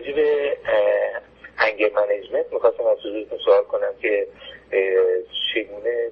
راجع به انگر منیجمنت میخواستم از حضورتون سوال کنم که چگونه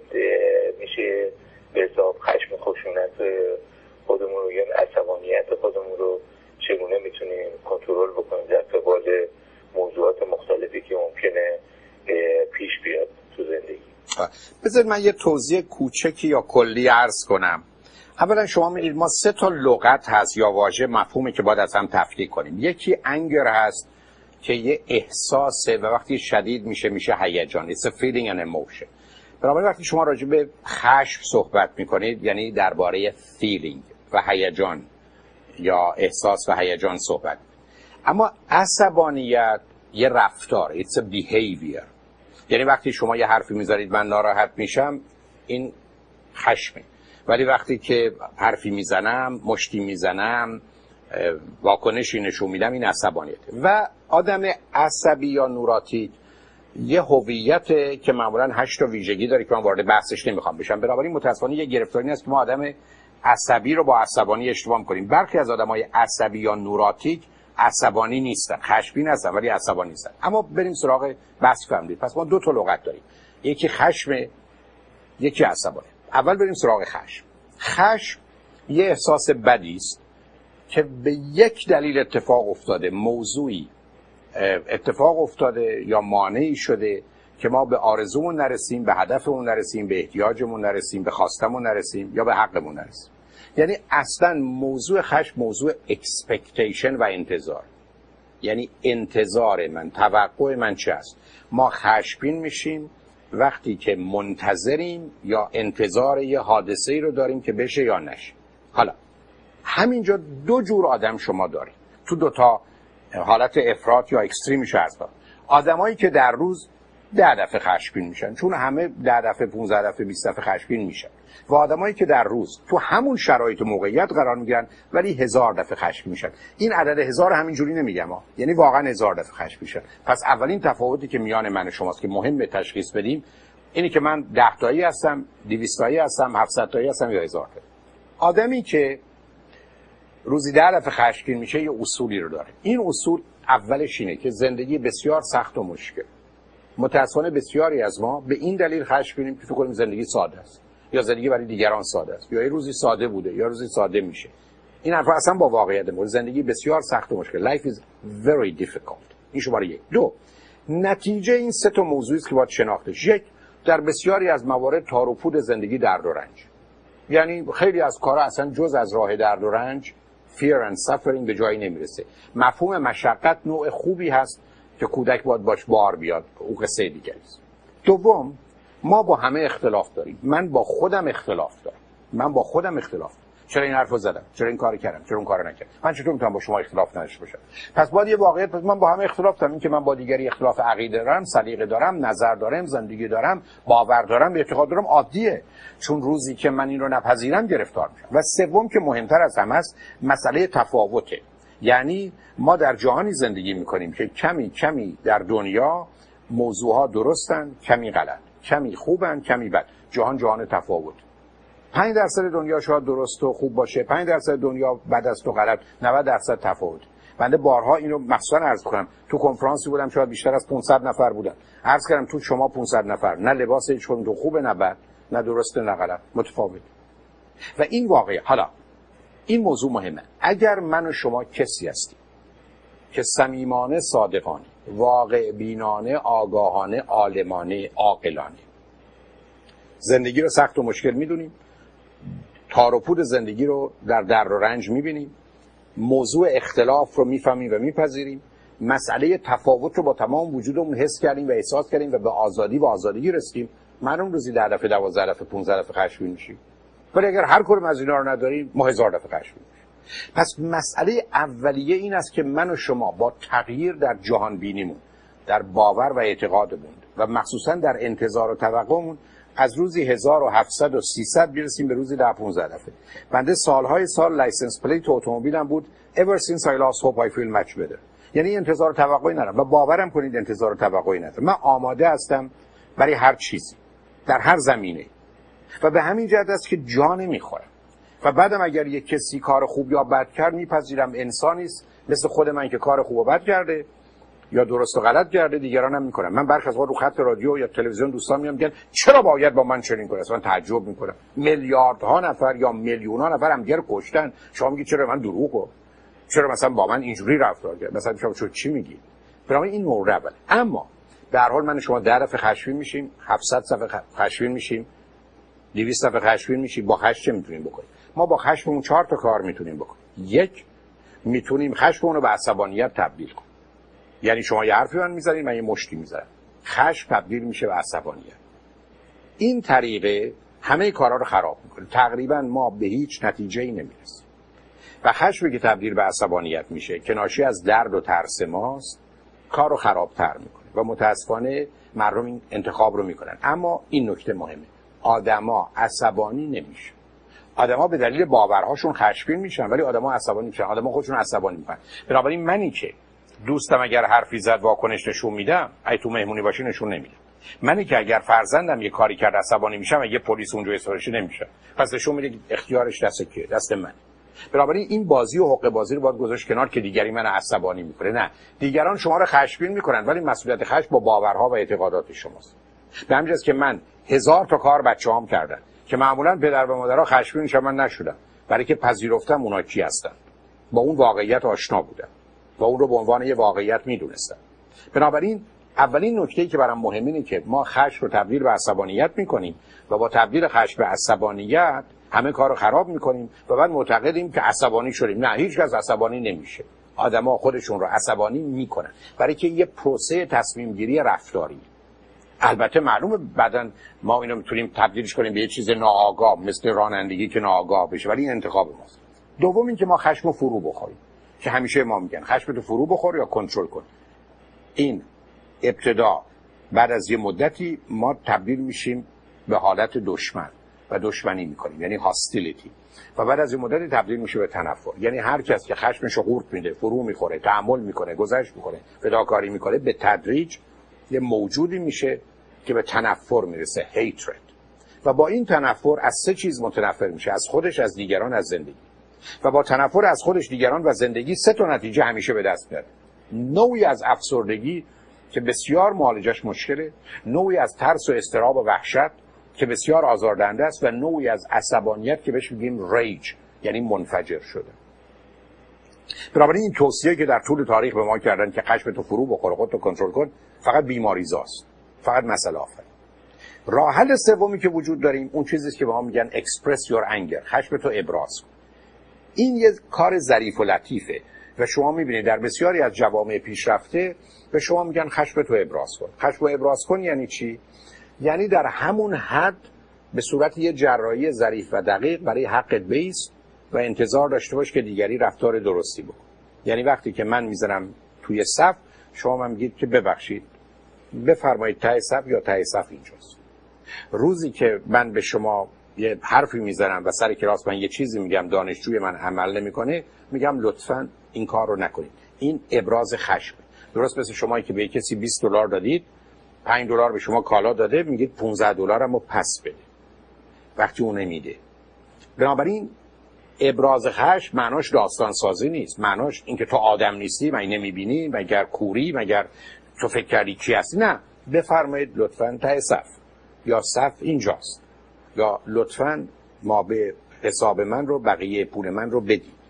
میشه به حساب خشم خشونت خودمون رو یا عصبانیت خودمون رو چگونه میتونیم کنترل بکنیم در قبال موضوعات مختلفی که ممکنه پیش بیاد تو زندگی. بذارید من یه توضیح کوچکی یا کلی عرض کنم. اولا شما می‌دید ما 3 تا لغت هست یا واژه مفهومی که باید از هم تفکیک کنیم. یکی انگر هست که یه احساسه و وقتی شدید میشه هیجان. It's a feeling and emotion. بنابراین وقتی شما راجع به خشم صحبت میکنید یعنی درباره feeling و هیجان یا احساس و هیجان صحبت. اما عصبانیت یه رفتار. It's a behavior. یعنی وقتی شما یه حرفی میذارید من ناراحت میشم این خشمه، ولی وقتی که حرفی میزنم مشتی میزنم واکنشی نشون میدم این عصبانیت. و آدم عصبی یا نوراتیک یه هویته که معمولا 8 تا ویژگی داره که من وارد بحثش نمیخوام بشم. بنابراین متاسفانه یه گرفتاری هست که ما آدم عصبی رو با عصبانی اشتباه می‌کنیم. برخی از آدمای عصبی یا نوراتیک عصبانی نیستن، خشمگین هستن ولی عصبانی نیستن. اما بریم سراغ بحث فهمیدید. پس ما 2 تا لغت داریم، یکی خشم، یکی عصبانی. اول بریم سراغ خشم. خشم یه احساس بدی است که به یک دلیل اتفاق افتاده، موضوعی اتفاق افتاده یا مانعی شده که ما به آرزومون نرسیم، به هدفمون نرسیم، به احتیاجمون نرسیم، به خواستمون نرسیم یا به حقمون نرسیم. یعنی اصلا موضوع خشم موضوع اکسپکتیشن و انتظار. یعنی انتظار من، توقع من چه است؟ ما خشمگین میشیم وقتی که منتظریم یا انتظار یه حادثه‌ای رو داریم که بشه یا نشه. حالا همینجا 2 جور آدم شما دارید. تو 2 تا حالت افراط یا اکستریمش هست. آدمایی که در روز 10 دفعه خشمگین میشن، چون همه 10 دفعه 15 دفعه 20 دفعه خشمگین میشن، و آدمایی که در روز تو همون شرایط و موقعیت قرار میگیرن ولی 1000 دفعه خشمگین میشن. این عدد 1000 همینجوری نمیگم یعنی واقعا 1000 دفعه خشمگین میشن. پس اولین تفاوتی که میان من و شماست که مهمه تشخیص بدیم اینی که من 10 تایی هستم، 200 تایی هستم، 700 تایی هستم یا 1000 تایی. آدمی که روزی 10 دفعه خشمگین میشه یه اصولی رو داره. این اصول اولش اینه که زندگی بسیار سخت و مشکل. متأسفانه بسیاری از ما به این دلیل خشمگینیم که فکر کنیم زندگی ساده است یا زندگی برای دیگران ساده است یا یه روزی ساده بوده یا روزی ساده میشه. این حرف اصلا با واقعیت مورد. زندگی بسیار سخت و مشکل. Life is very difficult. این شماره 1. 2 نتیجه این 3 تا موضوعی است که باید شناختش. 1 در بسیاری از موارد تار و پود زندگی درد و رنج. یعنی خیلی از کارا اصلا جز از راه درد و رنج fear and suffering به جایی نمیرسه. مفهوم مشقت نوع خوبی هست که کودک باید باش بار بیاد، او قصه دیگه است. 2 ما با همه اختلاف داریم. من با خودم اختلاف دارم. چرا این حرفو زدم؟ چرا این کارو کردم؟ چرا اون کارو نکردم؟ من چطور میتونم با شما اختلاف نداشته باشم؟ پس باید یه واقعیت، پس من با همه اختلاف دارم. این که من با دیگری اختلاف عقیده دارم، سلیقه دارم، نظر دارم، زندگی دارم، باور دارم، اعتقاد دارم، عادیه. چون روزی که من این رو نپذیرم گرفتار میشم. و 3 که مهمتر از همه است مسئله تفاوته. یعنی ما در جهانی زندگی میکنیم که کمی در دنیا موضوعها درستن، کمی غلط، کمی خوبن، کمی بد. جهان تفاوت. 5% دنیا شاید درست و خوب باشه، 5% دنیا بد است و غلط، 90% تفاوت. بنده بارها اینو مخصوصا عرض کنم، تو کنفرانسی بودم شاید بیشتر از 500 نفر بودن. عرض کردم تو شما 500 نفر نه لباس هیچ کدوم خوبه نه بد، نه درسته نه غلط، متفاوت. و این واقعه. حالا این موضوع مهمه. اگر من و شما کسی هستیم که صمیمانه، صادقانه، واقع بینانه، آگاهانه، عالمانه، عاقلانه زندگی رو سخت و مشکل میدونیم، تار و پود زندگی رو در درد و رنج میبینیم، موضوع اختلاف رو میفهمیم و میپذیریم، مسئله تفاوت رو با تمام وجودمون حس کردیم و احساس کردیم و به آزادی و آزادگی رسیدیم، معلوم روزی 10 دفعه 12 دفعه 15 دفعه خشمگین میشیم. ولی اگر هر کدوم از اینا رو نداریم ما 1000 دفعه خشمگین میشیم. پس مسئله اولیه این است که من و شما با تغییر در جهان بینیمون، در باور و اعتقادمون و مخصوصا در انتظار و توقعمون از روزی 1700 و 300 برسیم به روزی 10 15 دفعه. بنده سالهای سال لایسنس پلیت اتومبیلم بود ever since I lost hope I feel much better. یعنی انتظار و توقعی ندارم و باورم کنید انتظار و توقعی ندارم. من آماده هستم برای هر چیزی در هر زمینه و به همین جهت است که جا نمیخورم. و بعدم اگر یک کسی کار خوب یا بد کرد میپذیرم، انسانی است مثل خود من که کار خوب و بد کرده یا درست و غلط کرده، دیگران هم میکنن. من برخی از وقت رو خط رادیو یا تلویزیون دوستان میگن چرا باید با من چنین کنه؟ اصلا تعجب میکنم. میلیاردها نفر یا میلیون‌ها نفر هم دیگه کشتن، شما میگید چرا من دروغ؟ چرا مثلا با من اینجوری رفتار کرد؟ مثلا شما چی میگی؟ برای این مورد اوله. اما به هر حال من شما 10 دفعه خشمگین میشیم، 700 دفعه خشمگین میشیم، 200 دفعه خشمگین میشیم، با خشم چه میتونیم بکنیم؟ ما با خشممون 4 تا کار میتونیم بکنیم. یک، میتونیم خشممون رو به عصبانیت تبدیل کنیم. یعنی شما یه حرفی من میزنید، من یه مشتی میزنم، خشم تبدیل میشه به عصبانیت. این طریقه همه کارا رو خراب میکنه. تقریبا ما به هیچ نتیجه‌ای نمیرسیم. و خشمی که تبدیل به عصبانیت میشه که ناشی از درد و ترس ماست، کار رو خرابتر میکنه و متاسفانه مردم این انتخاب رو میکنن. اما این نکته مهمه، آدما عصبانی نمیشن. آدما به دلیل باورهاشون خشمگین میشن، ولی آدما عصبانی میشن. آدما خودشون عصبانی میکنن. بنابراین منی که دوستم اگر حرفی زد واکنش نشون میدم، اگه تو مهمونی باشی نشون نمیدم. منی که اگر فرزندم یه کاری کرد عصبانی میشم، اگه پلیس اونجا استوریش نمیشه، پس نشون میده اختیارش دست کیه؟ دست من. بنابراین این بازی و حقه بازی رو باید گذاشت کنار که دیگری من عصبانی میکنه. نه، دیگران شما رو خشمگین میکنن، ولی مسئولیت خشم با باورها و اعتقادات شماست. به همین جاست که من 1000 تا کار بچه‌هام کردن که معمولا پدر و مادرها خشمگین میشن، من نشدم، برای که پذیرفتم اونا کی هستن، با اون واقعیت آشنا بودم و اون رو به عنوان یه واقعیت میدونستم. بنابراین اولین نکته‌ای که برام مهمه اینه که ما خشم رو تبدیل به عصبانیت میکنیم و با تبدیل خشم به عصبانیت همه کار رو خراب میکنیم و بعد معتقدیم که عصبانی شدیم. نه، هیچ کس عصبانی نمیشه. آدما خودشون رو عصبانی میکنن، برای که یه پروسه تصمیم گیری رفتاری. البته معلومه بعدن ما اینو میتونیم تبدیلش کنیم به یه چیز ناآگاه، مثل رانندگی که ناآگاه بشه، ولی این انتخاب ماست. دوم این که ما خشم رو فرو بخوریم، که همیشه ما میگن خشمتو فرو بخور یا کنترل کن. این ابتدا بعد از یه مدتی ما تبدیل میشیم به حالت دشمن و دشمنی میکنیم، یعنی هاستیلیتی، و بعد از این مدتی تبدیل میشه به تنفر. یعنی هر کس که خشمشو قورت میده، فرو میخوره، تحمل میکنه، گذشت میکنه، فداکاری میکنه، به تدریج یه موجودی میشه که به تنفر میرسه، هیترد. و با این تنفر از 3 چیز متنفر میشه: از خودش، از دیگران، از زندگی. و با تنفر از خودش، دیگران و زندگی 3 تا نتیجه همیشه به دست میاره: نوعی از افسردگی که بسیار معالجش مشکله، نوعی از ترس و اضطراب و وحشت که بسیار آزاردهنده است، و نوعی از عصبانیت که بهش میگیم ریج، یعنی منفجر شده. بنابراین این توصیه که در طول تاریخ به ما کردن که خشمتو فرو بخور، خودتو کنترل کن، فقط بیماریزاست، فقط مسئله آفرین. راه حل سومی که وجود داریم اون چیزیه که به ما میگن express your anger، خشمتو ابراز کن. این یه کار ظریف و لطیفه و شما میبینید در بسیاری از جوامع پیشرفته به شما میگن خشمتو ابراز کن. خشمتو ابراز کن یعنی چی؟ یعنی در همون حد به صورت یه جراحی ظریف و دقیق برای حقت بیست و انتظار داشته باش که دیگری رفتار درستی بکن. یعنی وقتی که من میذارم توی صف، شما من میگید که ببخشید بفرمایید ته صف یا ته صف اینجاست. روزی که من به شما یه حرفی میزنم و سر کلاس من یه چیزی میگم، دانشجوی من عمل نمیکنه، میگم لطفاً این کار رو نکنید. این ابراز خشمه. درست مثل شمایی که به کسی $20 دادید، $5 به شما کالا داده، میگید $15 رو پس بده وقتی اون نمیده. بنابراین ابراز خشم معناش داستان سازی نیست، معناش اینکه تو آدم نیستی، مگه نمیبینی، مگر کوری، مگر تو فکر کردی کی هستی. نه، بفرمایید لطفاً ته صف یا صف اینجاست، یا لطفاً ما به حساب من رو، بقیه پول من رو بدید.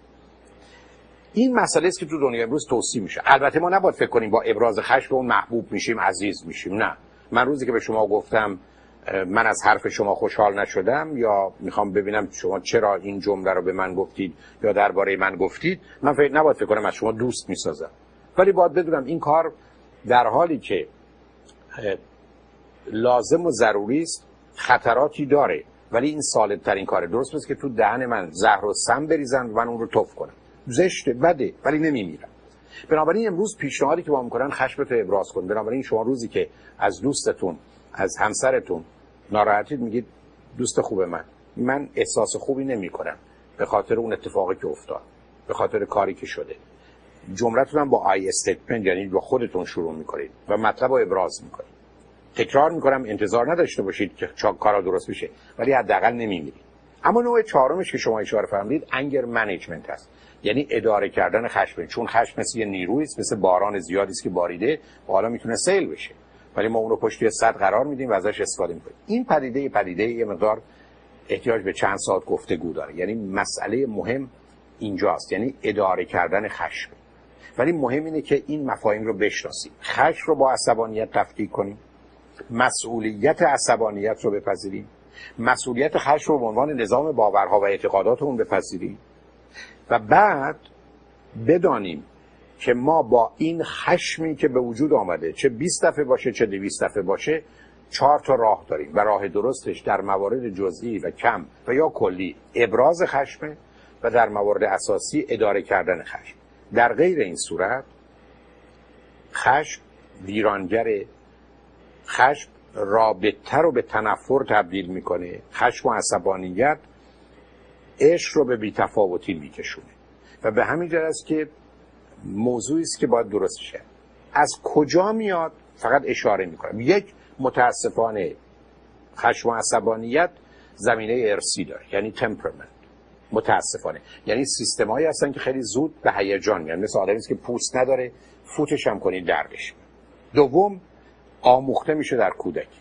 این مسئله است که تو دنیا امروز توصیه میشه. البته ما نباید فکر کنیم با ابراز خشم اون محبوب میشیم، عزیز میشیم. نه، من روزی که به شما گفتم من از حرف شما خوشحال نشدم یا میخوام ببینم شما چرا این جمله رو به من گفتید یا درباره من گفتید، من نباید فکر کنم از شما دوست میسازم، ولی باید بدونم این کار در حالی که لازم و ضروری است خطراتی داره، ولی این سالم ترین کاره. درست مثل که تو دهن من زهر و سم بریزن و من اون رو تف کنم، زشته، بده، ولی نمیمیرم. بنابراین امروز پیشنهادی که ما میکنن خشمتو ابراز کن. بنابراین شما روزی که از دوستتون، از همسرتون ناراحتید، میگید دوست خوب من احساس خوبی نمیکنم به خاطر اون اتفاقی که افتاد، به خاطر کاری که شده. جملتون هم با آی استیتمنت، یعنی با خودتون شروع میکنید و مطلب رو ابراز میکنید. تکرار میکنم انتظار نداشته باشید که کارا درست بشه، ولی حداقل نمیمیرید. اما نوع چهارمش که شما اشاره فرمودید انگر منیجمنت است. یعنی اداره کردن خشم، چون خشم مثل یه نیرویی است، مثل باران زیادی است که باریده و حالا میتونه سیل بشه، ولی ما اون رو پشت سد قرار میدیم و ازش استفاده میکنیم. این پدیده یه مقدار احتیاج به چند ساعت گفتگو داره. یعنی مسئله مهم اینجاست، یعنی اداره کردن خشم. ولی مهم اینه که این مفاهیم رو بشناسیم. خشم رو با عصبانیت تفکیک کنیم، مسئولیت عصبانیت رو بپذیریم، مسئولیت خشم رو به عنوان نظام باورها و اعتقاداتمون بپذیریم و بعد بدانیم که ما با این خشمی که به وجود آمده، چه 20 دفعه باشه چه 200 دفعه باشه، 4 تا راه داریم و راه درستش در موارد جزئی و کم و یا کلی ابراز خشمه و در موارد اساسی اداره کردن خشم. در غیر این صورت خشم ویرانگره، خشم رابطه رو به تنفر تبدیل میکنه، خشم و عصبانیت عشق رو به بی‌تفاوتی میکشونه و به همین جهت است که موضوعی است که باید درست شه. از کجا میاد؟ فقط اشاره میکنم. یک، متاسفانه خشم و عصبانیت زمینه ارثی داره، یعنی تمپرمنت. متاسفانه یعنی سیستمایی هستن که خیلی زود به هیجان میان، مثل آدمی است که پوست نداره فوتش هم کنید دردش. دوم، آموخته میشه در کودکی.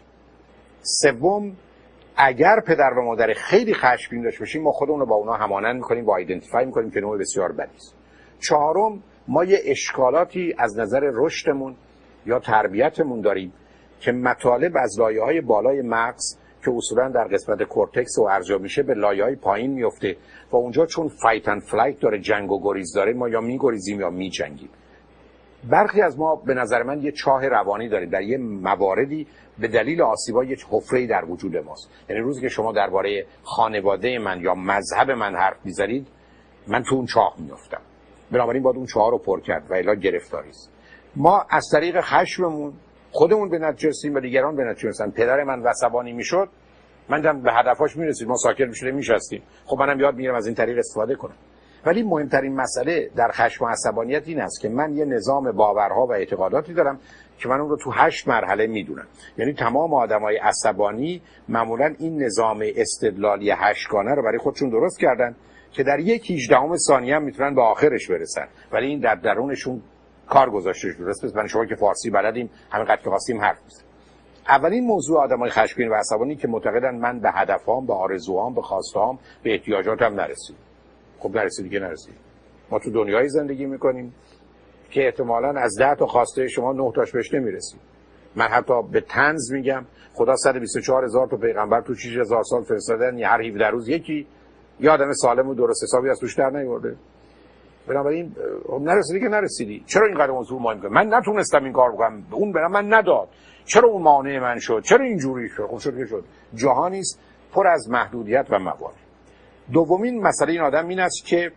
سوم، اگر پدر و مادر خیلی خشمگین داشته باشیم ما خودمون رو با اونا همانند میکنیم و آیدنتیفای میکنیم که نوع بسیار بدی است. چهارم، ما یه اشکالاتی از نظر رشدمون یا تربیتمون داریم که مطالب از لایه‌های بالای مغز که اصولا در قسمت کورتکس و ارجاع میشه به لایه‌های پایین میفته و اونجا چون فایت اند فلایت داره، جنگ و گریز داره، ما یا میگریزیم یا میجنگیم. برخی از ما به نظر من یه چاه روانی داریم، در یه مواردی به دلیل آسیب‌ها یه حفره‌ای در وجود ماست. یعنی روزی که شما درباره خانواده من یا مذهب من حرف می‌زنید من تو اون چاه میافتم، بنابراین باید اون چاه رو پر کرد و الا گرفتاری است. ما از طریق خشممون خودمون به نتیجه رسیدیم و دیگران به نتیجه رسیدن. پدر من عصبانی میشد، من هم به هدفاش میرسید، ما ساکت میشدیم میشستیم، خب منم یاد میگیرم از این طریق استفاده کنم. ولی مهمترین مسئله در خشم و عصبانیت این است که من یه نظام باورها و اعتقاداتی دارم که من اون رو تو 8 مرحله میدونم. یعنی تمام آدمای عصبانی معمولا این نظام استدلالی 8 گانه رو برای خودشون درست کردن که در 1/18 ثانیه هم میتونن به آخرش برسن، ولی این در درونشون کار گذاشته شده. درست برای شما که فارسی بلدیم همینقدر که خواستیم حرف بزنیم. اولین موضوع آدمای خشمگین و عصبانی که معتقدن من به هدفام، به آرزوهام، به خواستهام، به احتیاجاتم نرسیدم. خب نرسیدی که نرسید. ما تو دنیای زندگی میکنیم که احتمالاً از 10 تا خواسته شما 9 تاش بهش نمیرسید. من حتی به طنز میگم خدا 124,000 تا پیغمبر تو 6000 سال فرستادن، هر 17 روز یکی یه آدم سالم و درست حسابی از توش در نیورده. بنابراین نرسیدی که نرسیدی. چرا اینقدر موضوع مهم کنم؟ من نتونستم این کار بکنم، اون برام من نداد، چرا اون مانع من شد، چرا اینجوری شد؟ خب شد که شد. جهانی است پر از محدودیت و موانع. دومین مسئله این آدم این است که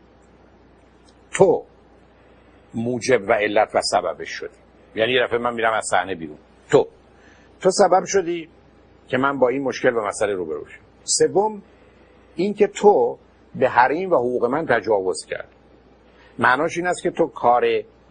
تو موجب و علت و سببش شدی. یعنی یه دفعه من میرم از صحنه بیرون، تو سبب شدی که من با این مشکل و مسئله روبرو شدم. سوم، این که تو به حریم و حقوق من تجاوز کرد. معناش این است که تو کار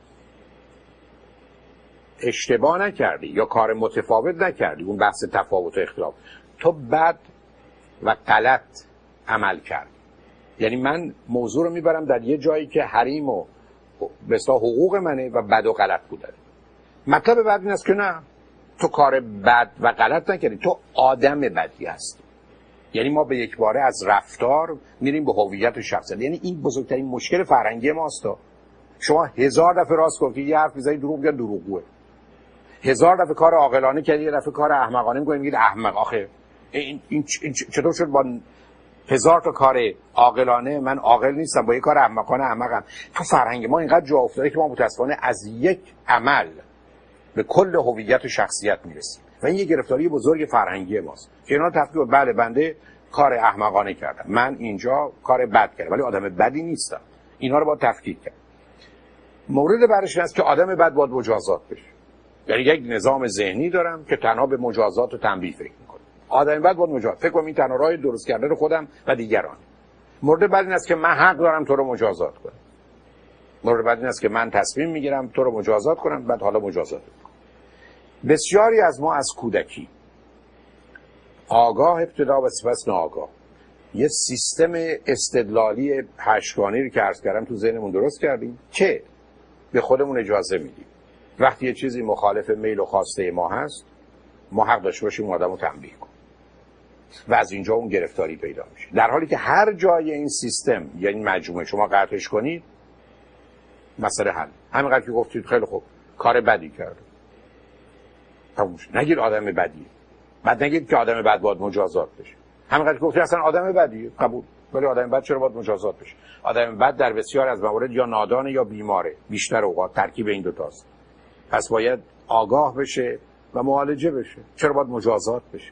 اشتباه نکردی یا کار متفاوت نکردی، اون بحث تفاوت و اختلاف، تو بد و غلط عمل کردی. یعنی من موضوع رو میبرم در یه جایی که حریم و مثلا حقوق منه و بد و غلط بوده. مطلب بعد این است که نه، تو کار بد و غلط نکردی، تو آدم بدی هستی. یعنی ما به یک باره از رفتار میریم به هویت شخصیت. یعنی این بزرگترین مشکل فرهنگی ماست. شما 1000 دفعه راست گفتی، یه حرف میزنی دروغ میگن دروغگوئه. 1000 دفعه کار عاقلانه کردی، یه دفعه کار احمقانه میگن میگید احمق. آخه این چطور شد با 1000 تا کار عاقلانه من عاقل نیستم، با یه کار احمقانه احمقم؟ تو فرهنگ ما اینقدر جا افتاده که ما متاسفانه از یک عمل به کل هویت و شخصیت میرسیم و این یه گرفتاری بزرگ فرهنگی ماست که اینا تفکیک. بله بنده کار احمقانه کردم، من اینجا کار بد کردم ولی آدم بدی نیستم. اینا رو باید تفکیک کرد. مورد بعدش این است که آدم بد باید مجازات بشه. یعنی یک نظام ذهنی دارم که تنها به مجازات و تنبیه فکر میکنه. آدم بد باید مجازات. فکر کنم این تنها راه درست کردن خودم و دیگران. مورد بعد این است که من حق دارم تو رو مجازات کنم. مورد بعد این است که من تصمیم میگیرم تو رو مجازات کنم، بعد حالا مجازات کنم. بسیاری از ما از کودکی آگاه ابتدا و سپس ناآگاه یه سیستم استدلالی هشتگانی رو که عرض کردم تو ذهنمون درست کردیم که به خودمون اجازه میدیم وقتی یه چیزی مخالف میل و خواسته ما هست ما حق داشته باشیم اون آدم رو تنبیه کنیم و از اینجا اون گرفتاری پیدا میشه. در حالی که هر جای این سیستم یا این مجموعه شما قطعش کنید مسئله حل. همینقدر که گفتید خیلی خوب کار بدی کرده تموش، نگید آدم بدیه، بعد نگید که آدم بد باید مجازات بشه. همینقدر که گفتید اصلا آدم بدیه قبول، ولی آدم بد چرا باید مجازات بشه؟ آدم بد در بسیار از موارد یا نادانه یا بیماره، بیشتر اوقات ترکیب این دو تاست. پس باید آگاه بشه و معالجه بشه، چرا باید مجازات بشه؟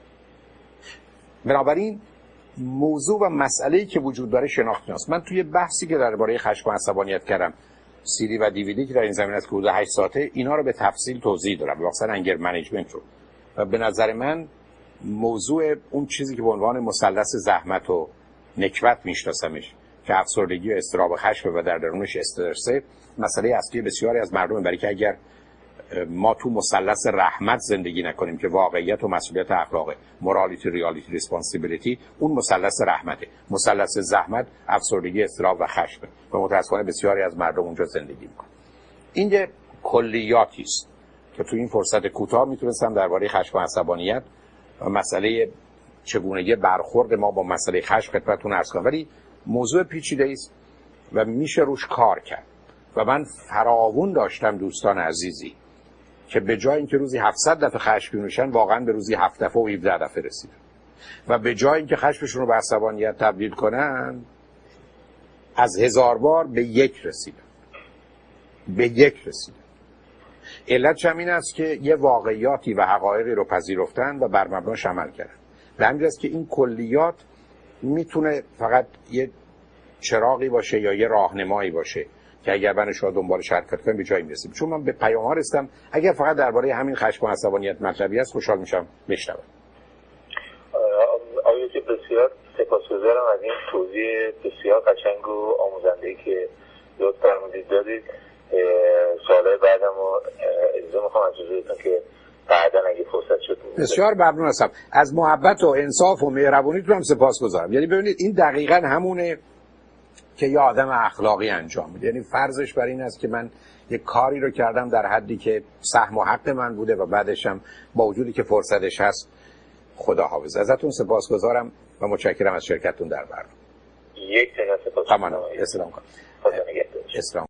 بنابراین موضوع و مسئله‌ای که وجود داره شناخت است. من توی بحثی که درباره خشم و عصبانیت کردم، CD و DVD که در این زمینه است که حدود 8 ساعته، اینا رو به تفصیل توضیح دادم، مثلا انگر منیجمنت رو. و به نظر من موضوع اون چیزی که به عنوان مثلث زحمت و نکبت میشناسمش که افسردگی و اضطراب و خشم و در درونش استرس، مسئله اصلی بسیاری از مردم، برای که اگر ما تو مثلث رحمت زندگی نکنیم که واقعیت و مسئولیت اخلاقه، مورالیتی، ریالیتی، ریسپانسیبیلیتی، اون مثلث رحمته. مثلث زحمت افسردگی، اضطراب و خشم و متأسفانه بسیاری از مردم اونجا زندگی میکنن. این یه کلیاتی است که تو این فرصت کوتاه میتونستم درباره خشم و عصبانیت و مسئله چگونگی برخورد ما با مسئله خشم خدمتتون عرض کنم، ولی موضوع پیچیده است و میشه روش کار کرد. و من فراوون داشتم دوستان عزیزی که به جای اینکه روزی 700 دفعه خشمگین بشن واقعا به روزی 7 دفعه و 17 دفعه رسیدن و به جای اینکه خشمشون رو به عصبانیت تبدیل کنن از 1000 بار به 1 رسیدن. به 1 رسیدن. علتش هم این است که یه واقعیاتی و حقایقی رو پذیرفتن و بر مبناش عمل کردن. به همین جاست که این کلیات میتونه فقط یه چراغی باشه یا یه راهنمایی باشه که اگر من شما دنبالش حرکت کنیم به جایی میرسیم. چون من به پیام‌ها رسیدم، اگر فقط درباره همین خشم و عصبانیت مطلبی است خوشحال میشم بشنوم. آقای که بسیار سپاسگزارم از این توضیح بسیار قشنگ و آموزنده‌ای که لطف فرمودید دادید. سوالای بعدم رو اجازه میخوام از حضورتون که بعداً اگه فرصت شد. بسیار ممنون هستم. از محبت و انصاف و مهربونیتون هم سپاسگزارم. یعنی ببینید این دقیقاً همونه که یه آدم اخلاقی انجام میده. یعنی فرضش بر این است که من یه کاری رو کردم در حدی که سهم و حق من بوده و بعدش هم با وجودی که فرصتش هست خدا حافظ. ازتون سپاسگزارم و متشکرم از شرکتتون در برنامه. یک سپاس. تمام. اسلام. خدا نگهدار. اسلام.